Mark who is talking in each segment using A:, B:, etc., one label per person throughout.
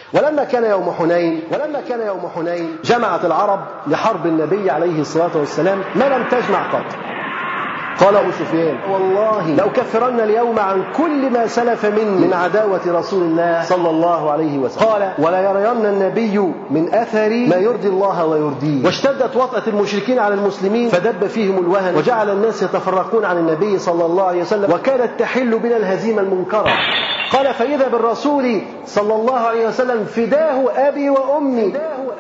A: ولما كان يوم حنين جمعت العرب لحرب النبي عليه الصلاة والسلام ما لم تجمع قط. قال أبو سفيان: والله لأكفرن اليوم عن كل ما سلف مني من عداوة رسول الله صلى الله عليه وسلم. قال: ولا يرين النبي من أثري ما يرضي الله ويرضيه. واشتدت وطأة المشركين على المسلمين فدب فيهم الوهن، وجعل الناس يتفرقون عن النبي صلى الله عليه وسلم، وكانت تحل بنا الهزيمة المنكرة. قال: فإذا بالرسول صلى الله عليه وسلم فداه أبي وأمي.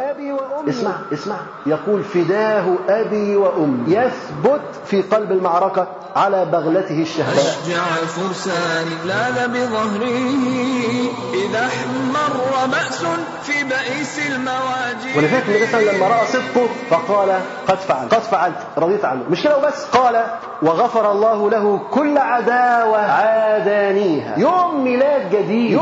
A: اسمع يقول: فداه أبي وأمي، يثبت في قلب المعركة على بغلته الشهباء.
B: أشجع فرسان لاذ بظهره إذا احمر بأس في بئيس المواجع.
A: ولذلك النبي صلى الله عليه وسلم لما رأى صدقه فقال: قد فعلت، رضيت عنه. مش كده وبس، قال: وغفر الله له كل عداوة عادانيها. يوم ميلاد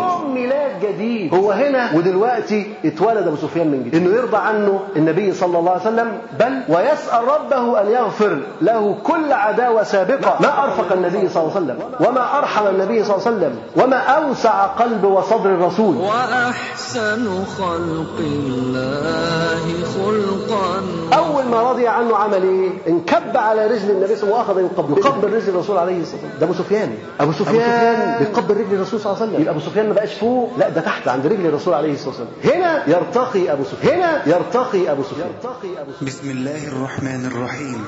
A: جديد. هو هنا ودلوقتي اتولد أبو سفيان من جديد، إنه يرضى عنه النبي صلى الله عليه وسلم، بل ويسأل ربه أن يغفر له كل عداوة سابقة. ما أرفق النبي صلى الله عليه وسلم، وما أرحم النبي صلى الله عليه وسلم، وما أوسع قلب وصدر الرسول.
B: وأحسن خلق الله خلقا.
A: أول ما رضي عنه عمل إيه؟ انكب على رجل النبي صلى الله عليه وسلم وأخذ يقبل رجل الرسول عليه الصلاة والسلام. ده أبو سفيان بيقبل رجل الرسول صلى الله عليه وسلم. يبقى أبو سفيان ما بقاش فوق، لا ده تحت عند رجل الرسول عليه الصلاة والسلام. هنا يرتقي أبو سفيان.
C: بسم الله الرحمن الرحيم.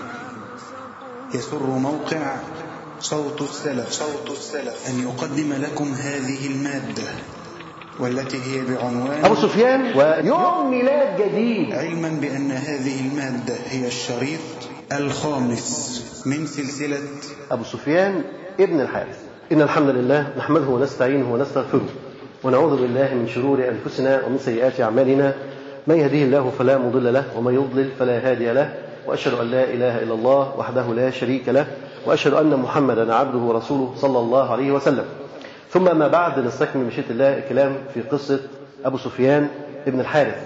C: يسر موقع صوت السلف أن يقدم لكم هذه المادة، والتي هي بعنوان
A: أبو سفيان ويوم ميلاد جديد،
C: علما بأن هذه المادة هي الشريط الخامس من سلسلة
A: أبو سفيان ابن الحارث. إن الحمد لله نحمده ونستعينه ونستغفره، ونعوذ بالله من شرور أنفسنا ومن سيئات أعمالنا. من يهديه الله فلا مضل له، ومن يضلل فلا هادي له، وأشهد أن لا إله إلا الله وحده لا شريك له، وأشهد أن محمدا عبده ورسوله صلى الله عليه وسلم. ثم ما بعد، نستكمل مشيئة الله الكلام في قصة أبو سفيان ابن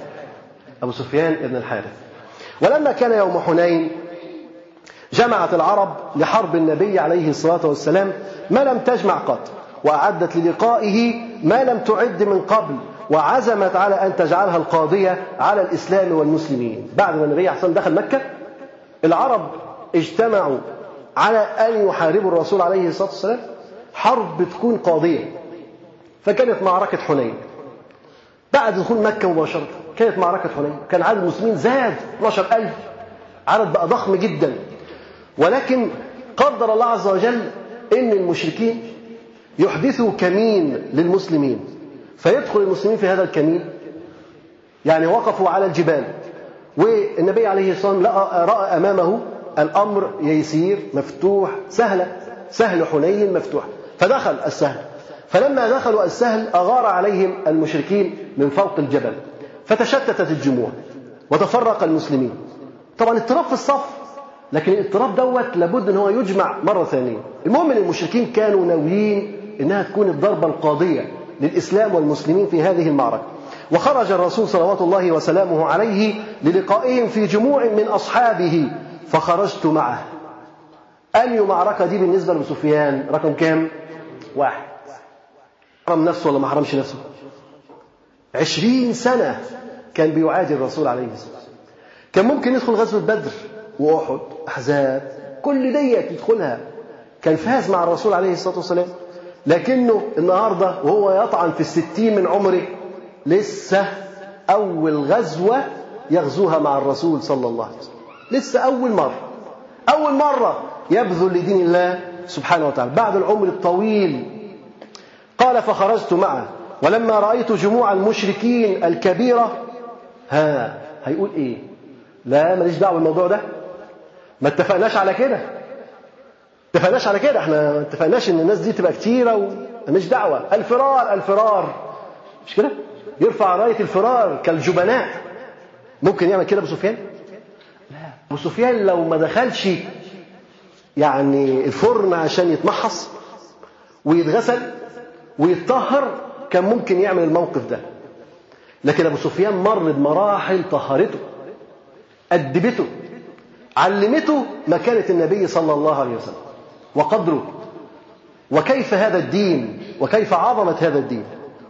A: الحارث. ولما كان يوم حنين جمعت العرب لحرب النبي عليه الصلاة والسلام ما لم تجمع قط، وأعدت للقائه ما لم تعد من قبل، وعزمت على أن تجعلها القاضية على الإسلام والمسلمين. بعد ما النبي عليه الصلاة والسلام دخل مكة، العرب اجتمعوا على أن يحاربوا الرسول عليه الصلاة والسلام حرب تكون قاضية. فكانت معركة حنين بعد دخول مكة مباشرة. كانت معركة حنين، كان عدد المسلمين زاد 12,000، عدد بقى ضخم جدا. ولكن قدر الله عز وجل إن المشركين يحدثوا كمين للمسلمين، فيدخل المسلمين في هذا الكمين. يعني وقفوا على الجبال، والنبي عليه الصلاة والسلام رأى أمامه الأمر يسير مفتوح سهل حنين مفتوح، فدخل السهل. فلما دخلوا السهل أغار عليهم المشركين من فوق الجبل، فتشتتت الجموع وتفرق المسلمين. طبعا اضطراب في الصف، لكن الاضطراب دوت لابد ان هو يجمع مرة ثانية. المهم ان المشركين كانوا ناويين انها تكون الضربة القاضية للإسلام والمسلمين في هذه المعركة. وخرج الرسول صلوات الله وسلامه عليه للقائهم في جموع من أصحابه، فخرجت معه. أي معركة دي بالنسبة لأبو سفيان رقم كام؟ 1. حرم نفسه ولا ما حرمش نفسه؟ 20 سنة كان بيعادي الرسول عليه الصلاة والسلام. كان ممكن يدخل غزوة بدر وأحد أحزاب، كل ديت يدخلها، كان فاز مع الرسول عليه الصلاة والسلام. لكنه النهاردة وهو يطعن في 60 من عمره، لسه أول غزوة يغزوها مع الرسول صلى الله عليه وسلم، لسه أول مرة يبذل لدين الله سبحانه وتعالى بعد العمر الطويل. قال: فخرجت معه، ولما رأيت جموع المشركين الكبيرة. هيقول إيه؟ لا ماليش دعوة بالموضوع ده، ما اتفقناش على كده، احنا ما اتفقناش ان الناس دي تبقى كتيرة وماليش دعوة. الفرار مش كده؟ يرفع راية الفرار كالجبناء. ممكن يعمل كده أبو سفيان؟ لا، أبو سفيان لو ما دخلش يعني الفرن عشان يتمحص ويتغسل ويتطهر كان ممكن يعمل الموقف ده. لكن أبو سفيان مر بمراحل طهرته، أدبته، علمته مكانة النبي صلى الله عليه وسلم وقدره، وكيف هذا الدين، وكيف عظمة هذا الدين.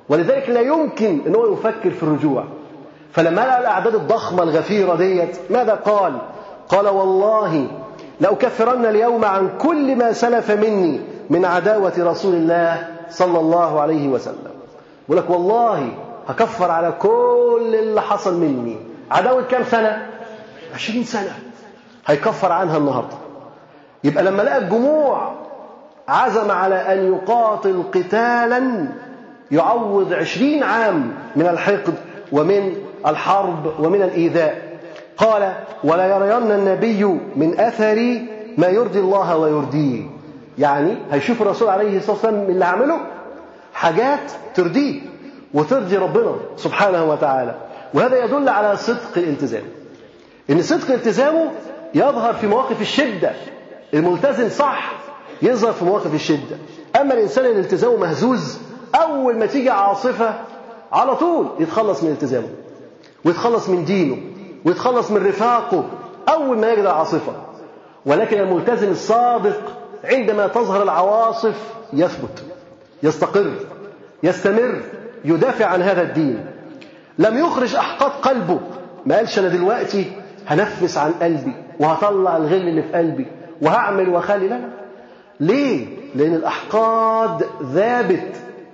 A: ولذلك لا يمكن أنه يفكر في الرجوع. فلما لقى الأعداد الضخمة الغفيرة ديت ماذا قال؟ قال والله لأكفرن اليوم عن كل ما سلف مني من عداوة رسول الله صلى الله عليه وسلم. يقول لك والله هكفر على كل اللي حصل مني. عداوة كام سنة؟ 20 سنة هيكفر عنها النهاردة. يبقى لما لقى الجموع عزم على أن يقاتل قتالا يعوض 20 عام من الحقد ومن الحرب ومن الإيذاء. قال ولا يرين النبي من أثري ما يرضي الله ويرضيه. يعني هيشوف الرسول عليه الصلاة والسلام من اللي عمله حاجات ترضيه وترضي ربنا سبحانه وتعالى. وهذا يدل على صدق الالتزام، إن صدق التزامه يظهر في مواقف الشدة. الملتزم صح يظهر في مواقف الشدة. أما الإنسان اللي التزامه مهزوز أول ما تيجي عاصفة على طول يتخلص من التزامه ويتخلص من دينه ويتخلص من رفاقه أول ما يجد العاصفة. ولكن الملتزم الصادق عندما تظهر العواصف يثبت، يستقر، يستمر، يدافع عن هذا الدين. لم يخرج أحقاد قلبه، ما قالش أنا دلوقتي هنفس عن قلبي وهطلع الغل اللي في قلبي وهعمل وخلي. لا. ليه؟ لأن الأحقاد ذابت،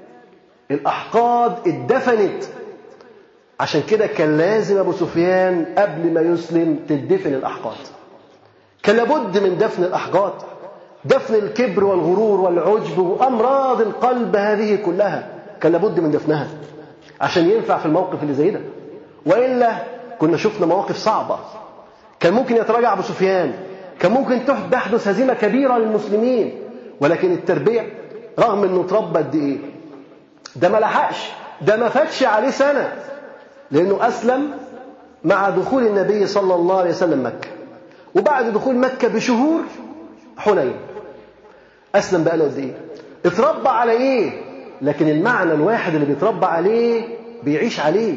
A: الأحقاد اتدفنت. عشان كده كان لازم أبو سفيان قبل ما يسلم تدفن الأحقاد. كان لابد من دفن الأحقاد، دفن الكبر والغرور والعجب وأمراض القلب هذه كلها كان لابد من دفنها عشان ينفع في الموقف اللي زي ده. وإلا كنا شفنا مواقف صعبة. كان ممكن يتراجع أبو سفيان، كان ممكن تحدث هزيمة كبيرة للمسلمين. ولكن التربية رغم أنه تربى قد إيه ده ما لحقش، ده ما فاتش عليه سنة، لأنه أسلم مع دخول النبي صلى الله عليه وسلم مكة، وبعد دخول مكة بشهور حنين. أسلم بقى له قد إيه؟ اتربى على إيه؟ لكن المعنى الواحد اللي بيتربى عليه بيعيش عليه،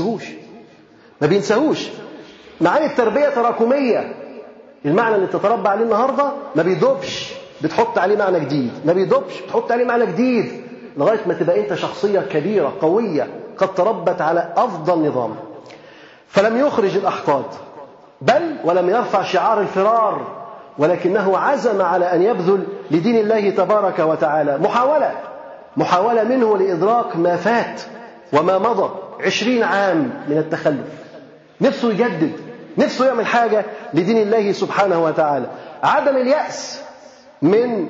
A: ما بينساهوش. معاني التربية تراكمية. المعنى اللي تتربى عليه النهاردة ما بيدوبش، بتحط عليه معنى جديد، ما بيدوبش، بتحط عليه معنى جديد، لغاية ما تبقى أنت شخصية كبيرة قوية قد تربت على أفضل نظام. فلم يخرج الأحقاد، بل ولم يرفع شعار الفرار، ولكنه عزم على أن يبذل لدين الله تبارك وتعالى محاولة منه لإدراك ما فات وما مضى. 20 عام من التخلف، نفسه يجدد، نفسه يعمل حاجة لدين الله سبحانه وتعالى. عدم اليأس من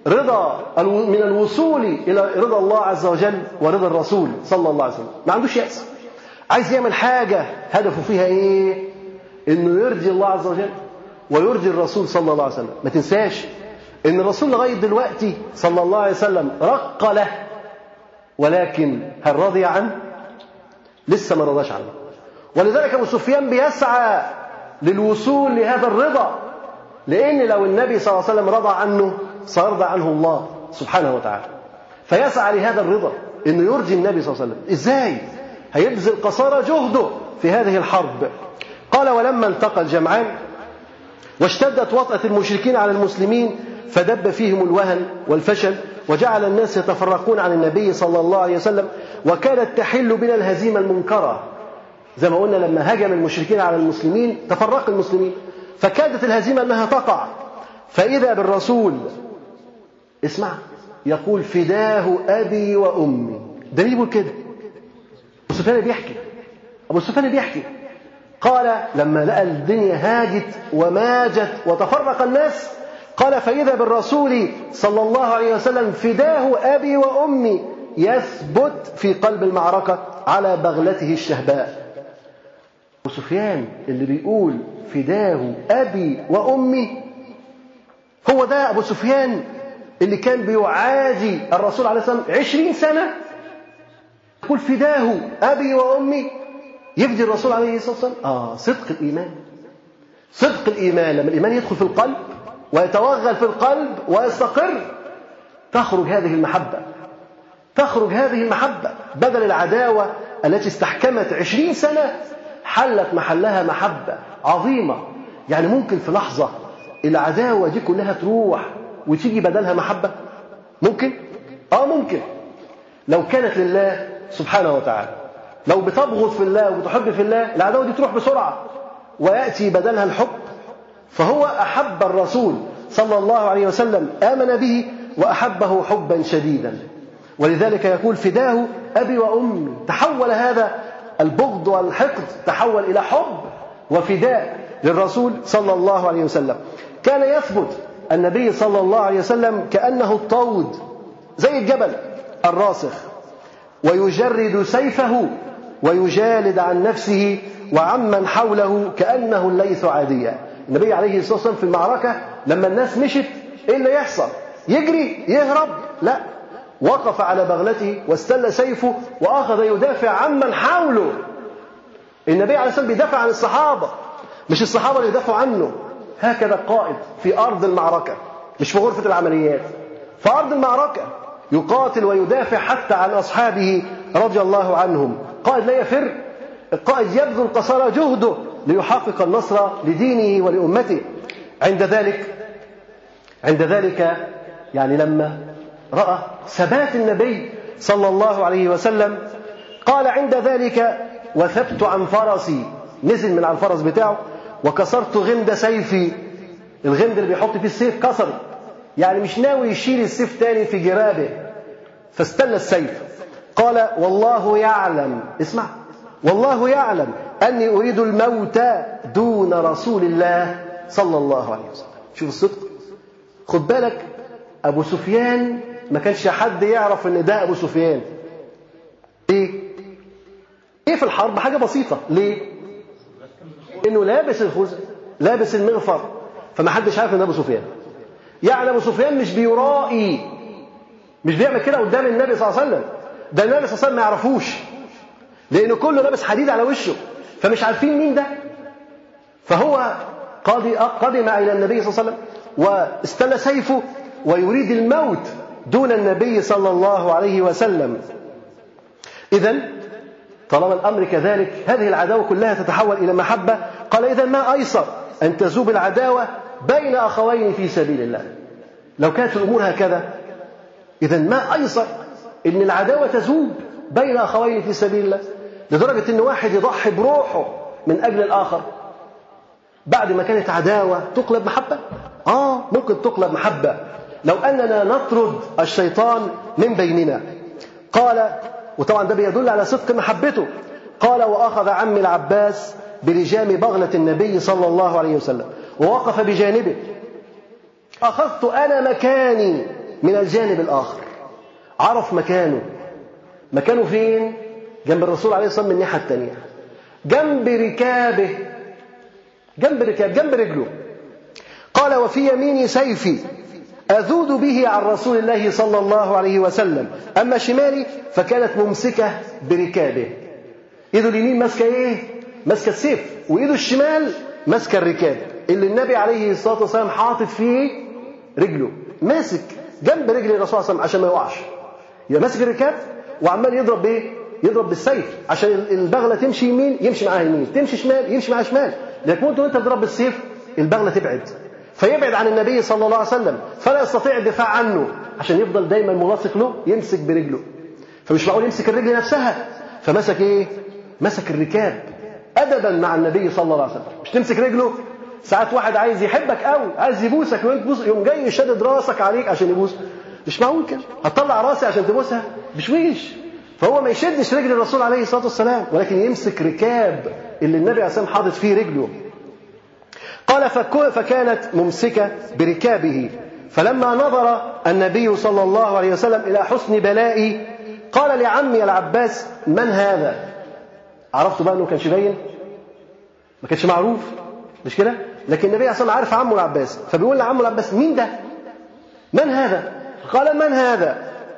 A: الوصول إلى رضا الله عز وجل ورضا الرسول صلى الله عليه وسلم. ما عندوش يأس، عايز يعمل حاجة هدفه فيها إيه؟ إنه يرضي الله عز وجل ويرضي الرسول صلى الله عليه وسلم. ما تنساش إن الرسول لغاية دلوقتي صلى الله عليه وسلم رق له، ولكن هل رضي عنه؟ لسه ما رضاش عنه. ولذلك أبو سفيان بيسعى للوصول لهذا الرضا، لأن لو النبي صلى الله عليه وسلم رضى عنه سيرضى عنه الله سبحانه وتعالى. فيسعى لهذا الرضا، إنه يرضي النبي صلى الله عليه وسلم. إزاي؟ هيبذل قصارى جهده في هذه الحرب. قال ولما التقى الجمعان واشتدت وطأة المشركين على المسلمين فدب فيهم الوهن والفشل، وجعل الناس يتفرقون عن النبي صلى الله عليه وسلم، وكانت تحل بنا الهزيمة المنكرة. زي ما قلنا لما هجم المشركين على المسلمين تفرق المسلمين، فكادت الهزيمة أنها تقع. فإذا بالرسول اسمع يقول فداه أبي وأمي. ده يقول كده. أبو سفيان بيحكي قال لما لقى الدنيا هاجت وماجت وتفرق الناس قال فإذا بالرسول صلى الله عليه وسلم فداه أبي وأمي يثبت في قلب المعركة على بغلته الشهباء. أبو سفيان اللي بيقول فداه أبي وأمي هو ده أبو سفيان اللي كان بيعادي الرسول عليه الصلاة والسلام 20 سنة. يقول فداه أبي وأمي، يفدي الرسول عليه الصلاة والسلام. صدق الإيمان لما الإيمان يدخل في القلب ويتوغل في القلب ويستقر تخرج هذه المحبة بدل العداوة التي استحكمت 20 سنة حلت محلها محبة عظيمة. يعني ممكن في لحظة العداوة دي كلها تروح وتيجي بدلها محبة. ممكن لو كانت لله سبحانه وتعالى. لو بتبغض في الله وبتحب في الله، العداوة دي تروح بسرعة ويأتي بدلها الحب. فهو أحب الرسول صلى الله عليه وسلم، آمن به وأحبه حبا شديدا، ولذلك يقول فداه أبي وأمي. تحول هذا البغض والحقد تحول إلى حب وفداء للرسول صلى الله عليه وسلم. كان يثبت النبي صلى الله عليه وسلم كأنه الطود زي الجبل الراسخ، ويجرد سيفه ويجالد عن نفسه وعمن حوله كأنه الليث عادية. النبي عليه الصلاة والسلام في المعركة لما الناس مشت إيه اللي يحصل؟ يجري يهرب؟ لا، وقف على بغلته واستل سيفه وأخذ يدافع عمن حوله. النبي عليه الصلاة والسلام بيدافع عن الصحابة، مش الصحابة اللي يدافعوا عنه. هكذا القائد في أرض المعركة، مش في غرفة العمليات، في أرض المعركة يقاتل ويدافع حتى عن أصحابه رضي الله عنهم. قائد لا يفر، القائد يبذل قصارى جهده ليحقق النصر لدينه ولأمته. عند ذلك يعني لما رأى ثبات النبي صلى الله عليه وسلم قال عند ذلك وثبت عن فرسي، نزل من على الفرس بتاعه وكسرت غمد سيفي. الغمد اللي بيحط فيه السيف كسر، يعني مش ناوي يشيل السيف تاني في جرابه، فاستل السيف. قال والله يعلم، اسمع، والله يعلم أني أريد الموت دون رسول الله صلى الله عليه وسلم. شوف الصدق. خد بالك، أبو سفيان ما كانش حد يعرف أن ده أبو سفيان. إيه في الحرب حاجة بسيطة. ليه؟ إنه لابس الخوذة، لابس المغفر، فما حدش عارف أن أبو سفيان. يعني أبو سفيان مش بيرائي، مش بيعمل كده قدام النبي صلى الله عليه وسلم. ده النبي صلى الله عليه وسلم ما يعرفوش، لأنه كله لابس حديد على وشه، فمش عارفين مين ده. فهو قدم إلى النبي صلى الله عليه وسلم واستل سيفه ويريد الموت دون النبي صلى الله عليه وسلم. إذن طالما الأمر كذلك، هذه العداوة كلها تتحول إلى محبة. قال إذن ما أيسر أن تذوب العداوة بين أخوين في سبيل الله. لو كانت الأمور هكذا، إذن ما أيسر أن العداوة تذوب بين أخوين في سبيل الله، لدرجة أن واحد يضحي بروحه من أجل الآخر. بعد ما كانت عداوة تقلب محبة. ممكن تقلب محبة لو أننا نطرد الشيطان من بيننا. قال، وطبعا ده بيدل على صدق محبته، قال وأخذ عمي العباس بلجام بغلة النبي صلى الله عليه وسلم ووقف بجانبه. أخذت أنا مكاني من الجانب الآخر. عرف مكانه فين؟ جنب الرسول عليه الصلاة والسلام من الناحية الثانية، جنب ركابه، جنب رجله. قال وفي يميني سيفي أذود به عن رسول الله صلى الله عليه وسلم، أما شمالي فكانت ممسكة بركابه. إيده اليمين ماسكة إيه؟ ماسكة السيف، وإيده الشمال ماسكة الركاب اللي النبي عليه الصلاة والسلام حاطط فيه رجله، ماسك جنب رجل الرسول صلى الله عليه وسلم عشان ما يقعش. يبقى ماسك الركاب وعمال يضرب بإيه؟ يضرب بالسيف عشان البغلة تمشي يمين يمشي معاها يمين، تمشي شمال يمشي معاها شمال. لكن وانت تضرب بالسيف البغلة تبعد، فيبعد عن النبي صلى الله عليه وسلم، فلا يستطيع الدفاع عنه، عشان يفضل دايما ملاصق له يمسك برجله. فمش معقول يمسك الرجل نفسها، فمسك ايه؟ مسك الركاب أدبا مع النبي صلى الله عليه وسلم. مش تمسك رجله. ساعات واحد عايز يحبك قوي، عايز يبوسك، وانت تبوس يوم جاي يشدد راسك عليك عشان يبوس. مش معقول كده، هتطلع راسي عشان تبوسها؟ بشويش. فهو ما يشدش رجل الرسول عليه الصلاة والسلام، ولكن يمسك ركاب اللي النبي عليه الصلاة والسلام حاطط فيه رجله. قال فكانت ممسكة بركابه. فلما نظر النبي صلى الله عليه وسلم إلى حسن بلائي قال لعمي العباس من هذا؟ عرفتوا بقى أنه كانش باين، ما كانش معروف، مش كده؟ لكن النبي عليه الصلاة والسلام عارف عمه العباس، فبيقول لعمه العباس مين ده؟ من هذا؟ قال من هذا؟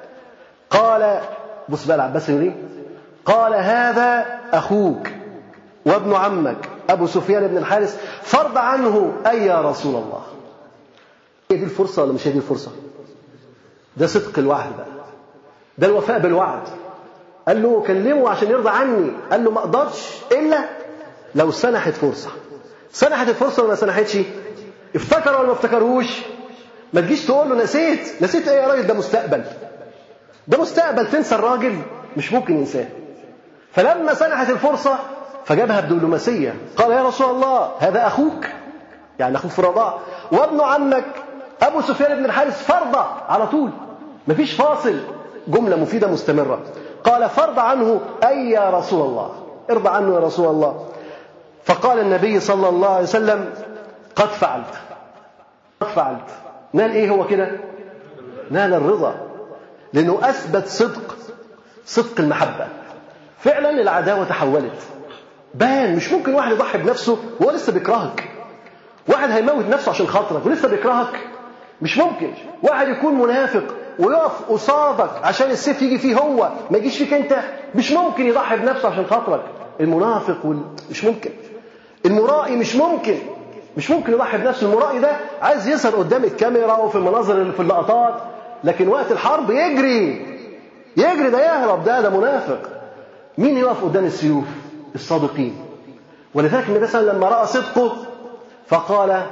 A: قال بص بقى العباس يقول ايه؟ قال هذا أخوك وابن عمك أبو سفيان بن الحارث، فارض عنه أي يا رسول الله. هي دي الفرصة ولا مش هي دي الفرصة؟ ده صدق الوعد بقى، ده الوفاء بالوعد. قال له كلمه عشان يرضى عني، قال له ما اقدرش إلا لو سنحت فرصة. سنحت الفرصة ولا سنحتش؟ افتكر ولا ما افتكرهوش؟ ما تجيش تقول له نسيت ايه يا راجل، ده مستقبل، ده مستقبل، تنسى الراجل. مش ممكن ينساه. فلما سنحت الفرصة فجابها بدبلوماسية، قال يا رسول الله هذا أخوك، يعني أخوك في الرضاعة، وابن عمك أبو سفيان بن الحارث فرض على طول، مفيش فاصل، جملة مفيدة مستمرة. قال فرض عنه أي يا رسول الله، ارضى عنه يا رسول الله. فقال النبي صلى الله عليه وسلم قد فعلت. قد فعلت. نال إيه هو كده؟ نال الرضا، لأنه أثبت صدق المحبة. فعلا العداوة تحولت، بان مش ممكن واحد يضحي بنفسه وهو لسه بيكرهك. واحد هيموت نفسه عشان خاطرك ولسه بيكرهك، مش ممكن. واحد يكون منافق ويقف قصادك عشان السيف يجي فيه هو ما يجيش فيك انت، مش ممكن يضحي بنفسه عشان خاطرك. المنافق مش ممكن. المرائي مش ممكن يضحي بنفسه. المرائي ده عايز يظهر قدام الكاميرا وفي المناظر اللي في اللقطات، لكن وقت الحرب يجري، ده يهرب، ده منافق. مين يقف قدام السيوف؟ الصادقين. ولذلك النبي صلى الله عليه وسلم لما رأى صدقه فقال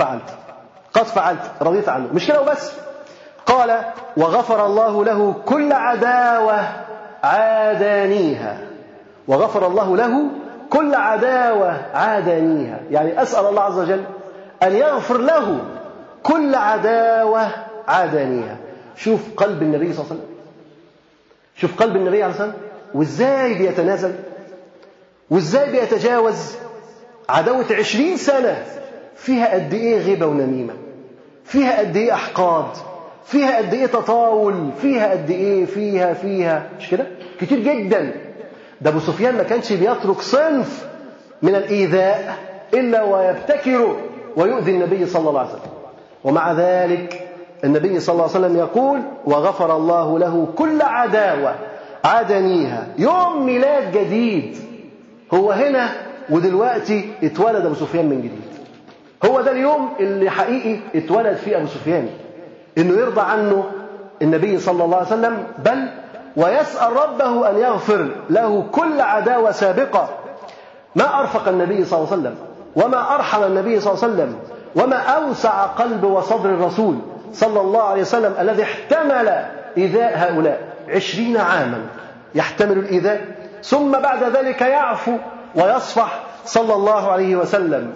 A: قد فعلت رضيت عنه. مش كده وبس، قال وغفر الله له كل عداوة عادانيها. وغفر الله له كل عداوة عادانيها، يعني أسأل الله عز وجل أن يغفر له كل عداوة عادانيها. شوف قلب النبي صلى الله عليه وسلم، شوف قلب النبي عليه الصلاة والسلام، وإزاي بيتنازل وإزاي بيتجاوز عداوة 20 سنة فيها قد إيه غيبة ونميمة، فيها قد إيه أحقاد، فيها قد إيه تطاول، فيها قد إيه فيها مش كده كتير جدا. ده أبو سفيان ما كانش بيترك صنف من الإيذاء إلا ويبتكر ويؤذي النبي صلى الله عليه وسلم. ومع ذلك النبي صلى الله عليه وسلم يقول وغفر الله له كل عداوة عادنيها. يوم ميلاد جديد، هو هنا ودلوقتي اتولد أبو سفيان من جديد. هو ده اليوم اللي حقيقي اتولد فيه أبو سفيان، إنه يرضى عنه النبي صلى الله عليه وسلم، بل ويسأل ربه أن يغفر له كل عداوة سابقة. ما أرفق النبي صلى الله عليه وسلم، وما أرحم النبي صلى الله عليه وسلم، وما أوسع قلب وصدر الرسول صلى الله عليه وسلم الذي احتمل إيذاء هؤلاء 20 عاما، يحتمل الإيذاء ثم بعد ذلك يعفو ويصفح صلى الله عليه وسلم.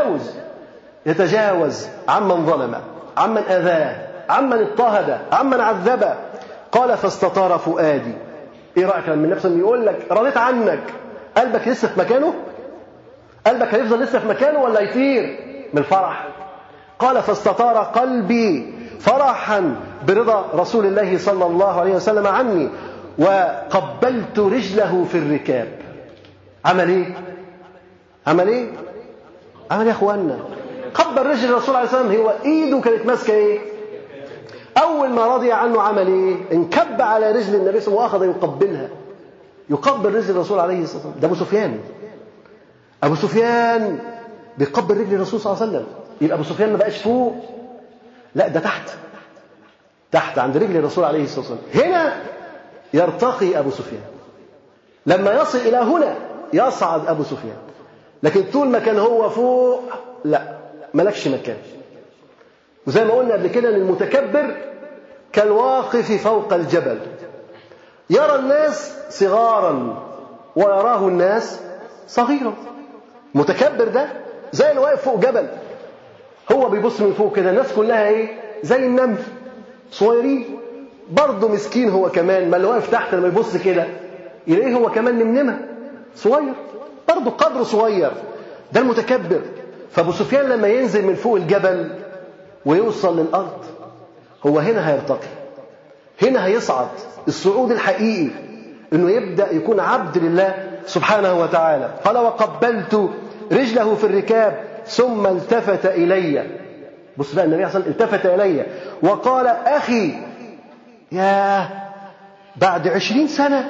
A: يتجاوز عمن ظلم، عمن أذاه، عمن اضطهد، عمن عذب. قال فاستطار فؤادي. ايه رأيك لما النفس يقول لك رضيت عنك، قلبك لسه في مكانه؟ قلبك هيفضل لسه في مكانه ولا يطير من الفرح؟ قال فاستطار قلبي فرحا برضا رسول الله صلى الله عليه وسلم عني، وقبلت رجله في الركاب. عمل ايه يا اخوانا؟ قبل رجل الرسول عليه الصلاة والسلام، هو ايده كانت ماسكه ايه؟ اول ما رضي عنه عمل ايه؟ انكب على رجل النبي صلى الله عليه وسلم واخذ يقبلها، يقبل رجل الرسول عليه الصلاة والسلام. ده ابو سفيان بيقبل رجل الرسول صلى الله عليه وسلم. يبقى ابو سفيان ما بقاش فوق، لا ده تحت عند رجل الرسول عليه الصلاة والسلام. هنا يرتقي ابو سفيان، لما يصل الى هنا يصعد ابو سفيان. لكن طول ما كان هو فوق لا، ملكش مكان. وزي ما قلنا قبل كده ان المتكبر كالواقف فوق الجبل، يرى الناس صغارا ويراه الناس صغيرا. متكبر ده زي اللي واقف فوق جبل، هو بيبص من فوق كده، الناس كلها ايه؟ زي النمل صغيرين. برضه مسكين هو كمان، ما اللي واقف تحت لما يبص كده يلاقيه هو كمان نمنمه صغير، برضه قدره صغير. ده المتكبر. فابو سفيان لما ينزل من فوق الجبل ويوصل للأرض، هو هنا هيرتقي، هنا هيصعد الصعود الحقيقي، انه يبدأ يكون عبد لله سبحانه وتعالى. قال وقبلت رجله في الركاب ثم التفت إلي. بص بقى النبي صلى الله عليه وسلم التفت إلي وقال أخي. يا بعد 20 سنة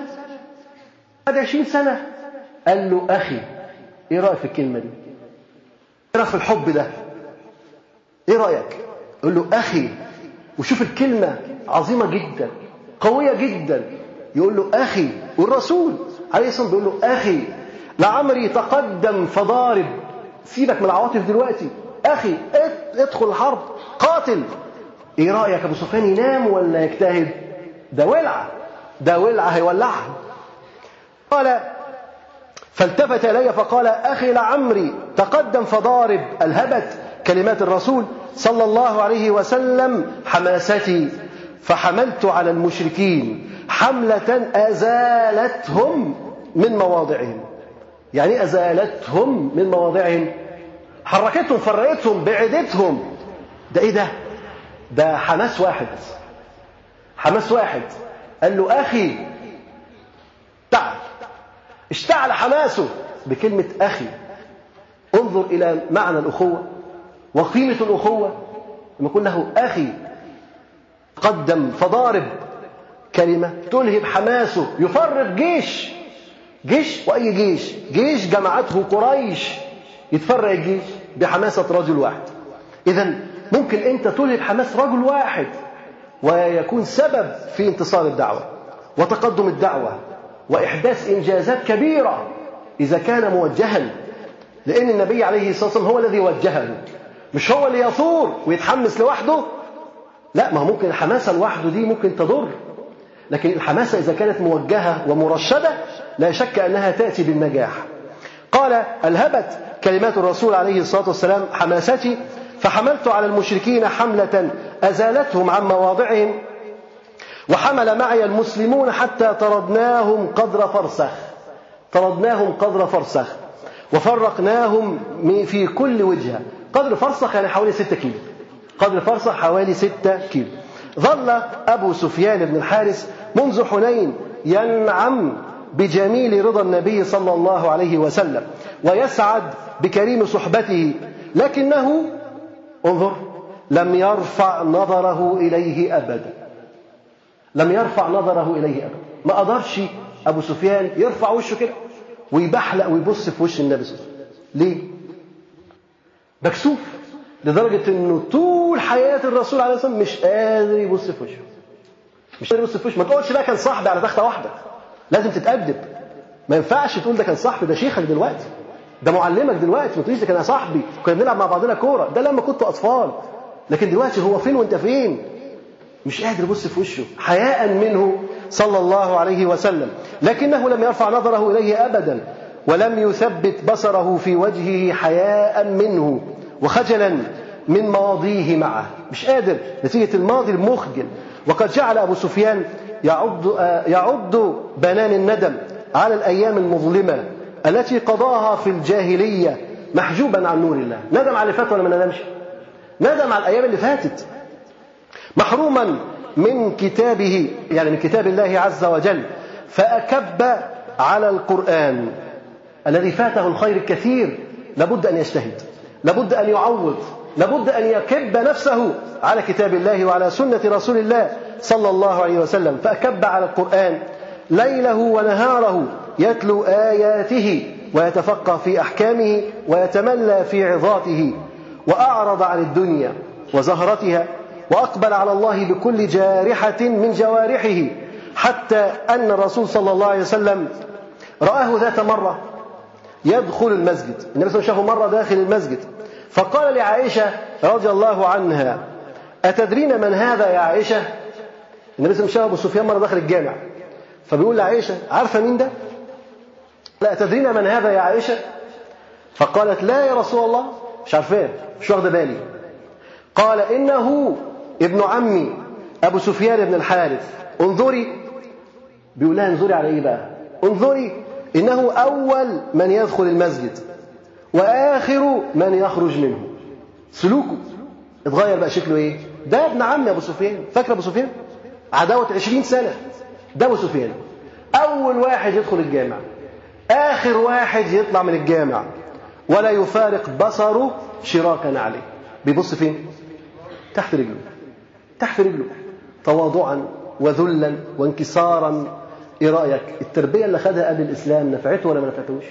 A: قال له أخي. ايه رأيك في الكلمة دي؟ ايه رأيك في الحب ده؟ ايه رأيك؟ يقول له أخي، وشوف الكلمة عظيمة جدا، قوية جدا. يقول له أخي، والرسول عليه الصلاة والسلام بيقول له أخي لعمري تقدم فضارب. سيبك من العواطف دلوقتي، أخي ادخل الحرب، قاتل. ايه رأيك أبو سفيان ينام ولا يجتهد؟ ده ولعة هيولعها. قال فالتفت إلي فقال أخي لعمري تقدم فضارب. ألهبت كلمات الرسول صلى الله عليه وسلم حماستي، فحملت على المشركين حملة أزالتهم من مواضعهم. يعني أزالتهم من مواضعهم، حركتهم، فرقتهم، بعدتهم. ده إيه ده؟ ده حماس واحد، حماس واحد. قال له أخي تعال، اشتعل حماسه بكلمة أخي. انظر إلى معنى الأخوة وقيمة الأخوة لما يكون له أخي. قدم فضارب، كلمة تلهب حماسه، يفرق جيش وأي جيش جمعته قريش، يتفرق الجيش بحماسة رجل واحد. إذن ممكن أنت تلهب حماس رجل واحد ويكون سبب في انتصار الدعوة وتقدم الدعوة وإحداث إنجازات كبيرة إذا كان موجها، لأن النبي عليه الصلاة والسلام هو الذي وجهه، مش هو اللي يثور ويتحمس لوحده. لا، ما هو ممكن الحماسة لوحده دي ممكن تضر، لكن الحماسة إذا كانت موجهة ومرشدة لا شك أنها تأتي بالنجاح. قال ألهبت كلمات الرسول عليه الصلاة والسلام حماستي، فحملت على المشركين حملة أزالتهم عن مواضعهم، وحمل معي المسلمون حتى طردناهم قدر فرسخ وفرقناهم في كل وجهة. قدر فرسخ يعني حوالي 6 كيلو. قدر فرسخ حوالي 6 كيلو. ظل أبو سفيان بن الحارث منذ حنين ينعم بجميل رضا النبي صلى الله عليه وسلم ويسعد بكريم صحبته، لكنه انظر لم يرفع نظره إليه أبدا. ما قدرش أبو سفيان يرفع وشه كده ويبحلق ويبص في وش النبي صلى الله عليه وسلم. ليه؟ مكسوف لدرجة أنه طول حياة الرسول عليه الصلاة والسلام مش قادر يبص في وشه. ما تقولش ده كان صاحبي على تختة واحدة، لازم تتأدب. ما ينفعش تقول ده كان صاحبي، ده شيخك دلوقتي، ده معلمك دلوقتي. ما تقولش ده كان صاحبي كنا بنلعب مع بعضنا كورة، ده لما كنت أطفال، لكن دلوقتي هو فين وانت فين؟ مش قادر يبص في وشه حياء منه صلى الله عليه وسلم. لكنه لم يرفع نظره إليه أبدا، ولم يثبت بصره في وجهه حياء منه وخجلا من ماضيه معه. مش قادر نتيجة الماضي المخجل. وقد جعل أبو سفيان يعد بنان الندم على الأيام المظلمة التي قضاها في الجاهلية محجوبا عن نور الله. ندم على اللي فات ولا ما ندمش؟ ندم على الأيام اللي فاتت، محروما من كتابه، يعني من كتاب الله عز وجل، فأكب على القرآن الذي فاته الخير الكثير. لابد أن يجتهد، لابد أن يعوض، لابد أن يكب نفسه على كتاب الله وعلى سنة رسول الله صلى الله عليه وسلم. فأكب على القرآن ليله ونهاره يتلو آياته ويتفقه في أحكامه ويتملى في عظاته، وأعرض عن الدنيا وزهرتها وأقبل على الله بكل جارحة من جوارحه، حتى أن الرسول صلى الله عليه وسلم رآه ذات مرة يدخل المسجد. النبي صلى الله عليه وسلم مرة داخل المسجد، فقال لعائشة رضي الله عنها أتدرين من هذا يا عائشة؟ النبي صلى الله عليه وسلم أبو سفيان مرة داخل الجامع، فبيقول لعائشة عارفة مين ده؟ لا، أتدرين من هذا يا عائشة؟ فقالت لا يا رسول الله مش عارفاه، مش واخده بالي. قال إنه ابن عمي أبو سفيان بن الحارث، انظري. بيقول لها انظري على إيه بقى؟ انظري إنه أول من يدخل المسجد وآخر من يخرج منه. سلوكه اتغير بقى، شكله إيه؟ ده ابن عمي أبو سفيان. فاكر أبو سفيان؟ عداوة 20 سنة. ده أبو سفيان أول واحد يدخل الجامع، آخر واحد يطلع من الجامع، ولا يفارق بصره شراكا عليه. بيبص فين؟ تحت رجله، تحت رجله، تواضعا وذلا وانكسارا. ايه رأيك؟ التربية اللي خدها قبل الإسلام نفعته ولا ما نفعتوش؟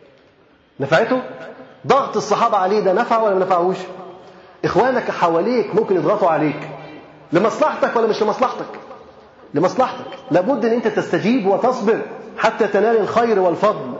A: نفعته؟ ضغط الصحابة عليه ده نفع ولا ما نفعوش؟ إخوانك حواليك ممكن يضغطوا عليك لمصلحتك ولا مش لمصلحتك؟ لمصلحتك. لابد أن أنت تستجيب وتصبر حتى تنال الخير والفضل.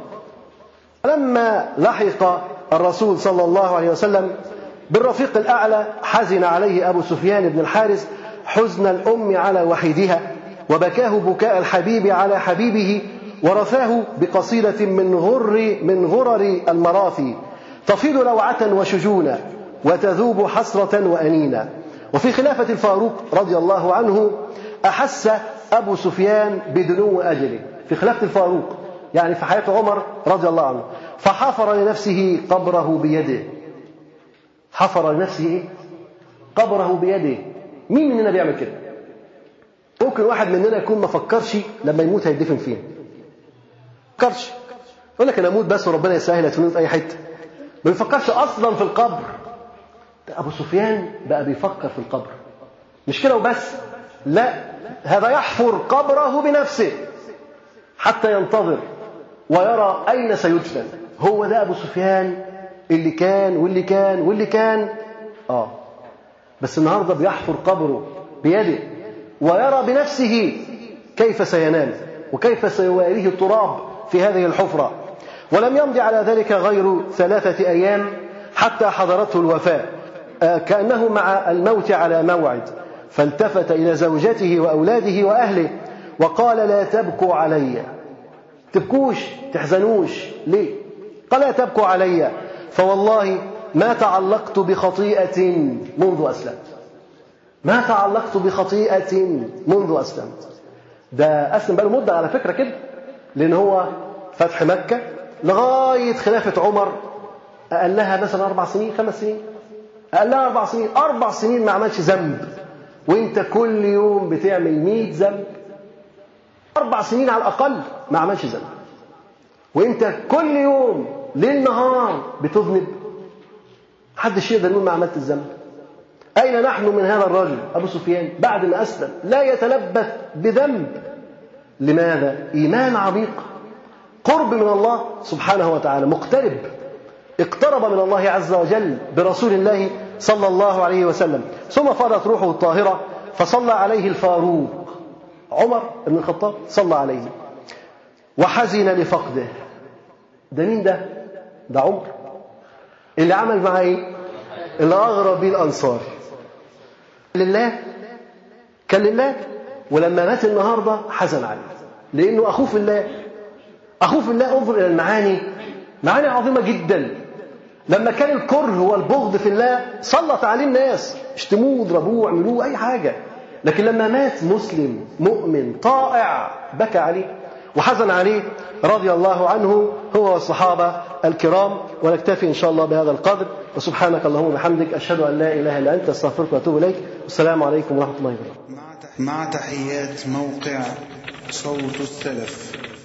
A: لما لحق الرسول صلى الله عليه وسلم بالرفيق الأعلى حزن عليه أبو سفيان بن الحارث حزن الأم على وحيدها، وبكاه بكاء الحبيب على حبيبه، ورثاه بقصيدة من غرر المراثي تفيض لوعة وشجونا وتذوب حسرة وأنينا. وفي خلافة الفاروق رضي الله عنه أحس أبو سفيان بدنو أجله، في خلافة الفاروق يعني في حياة عمر رضي الله عنه، فحفر لنفسه قبره بيده. حفر لنفسه قبره بيده. مين مننا بيعمل كده؟ ممكن واحد مننا يكون ما فكرش لما يموت هيدفن فين، فكرش، يقول لك انا اموت بس وربنا يسهل ادفنه في اي حته، ما بيفكرش اصلا في القبر. ابو سفيان بقى بيفكر في القبر، مش كده وبس، لا، هذا يحفر قبره بنفسه حتى ينتظر ويرى اين سيدفن. هو ده ابو سفيان اللي كان واللي كان واللي كان. بس النهارده بيحفر قبره بيده ويرى بنفسه كيف سينام وكيف سيواريه التراب في هذه الحفرة. ولم يمضي على ذلك غير 3 أيام حتى حضرته الوفاة، كأنه مع الموت على موعد، فالتفت إلى زوجته وأولاده وأهله وقال لا تبكوا علي، تبكوش تحزنوش ليه؟ قال لا تبكوا علي فوالله ما تعلقت بخطيئة منذ أسلمت. ما تعلقت بخطيئة منذ أسلمت. ده أسلم بقى له مدة على فكرة كده، لأن هو فتح مكة لغاية خلافة عمر أقل لها مثلا 4 سنين 5 سنين، أقل لها 4 سنين. 4 سنين ما عملش ذنب، وانت كل يوم بتعمل 100 ذنب. 4 سنين على الأقل ما عملش ذنب، وانت كل يوم ليل نهار بتذنب. محدش يقدر يقول ما عملت الذنب. أين نحن من هذا الرجل أبو سفيان بعد ما أسلم لا يتلبث بذنب؟ لماذا؟ إيمان عميق، قرب من الله سبحانه وتعالى، مقترب، اقترب من الله عز وجل برسول الله صلى الله عليه وسلم. ثم فاضت روحه الطاهرة فصلى عليه الفاروق عمر بن الخطاب، صلى عليه وحزن لفقده. ده مين ده؟ ده عمر اللي عمل معاه ايه؟ اللي أغرب به الأنصار لله، كان لله، ولما مات النهاردة حزن عليه لأنه أخوه في الله. أخوه في الله. انظر إلى المعاني، معاني عظيمة جدا. لما كان الكره والبغض في الله سلط عليه الناس، اشتموه وضربوه وعملوه أي حاجة، لكن لما مات مسلم مؤمن طائع بكى عليه وحزن عليه رضي الله عنه هو والصحابة الكرام. ونكتفي إن شاء الله بهذا القدر، وسبحانك اللهم وبحمدك أشهد أن لا إله إلا أنت أستغفرك وأتوب إليك. والسلام عليكم ورحمة الله وبركاته.
C: مع تحيات موقع صوت السلف.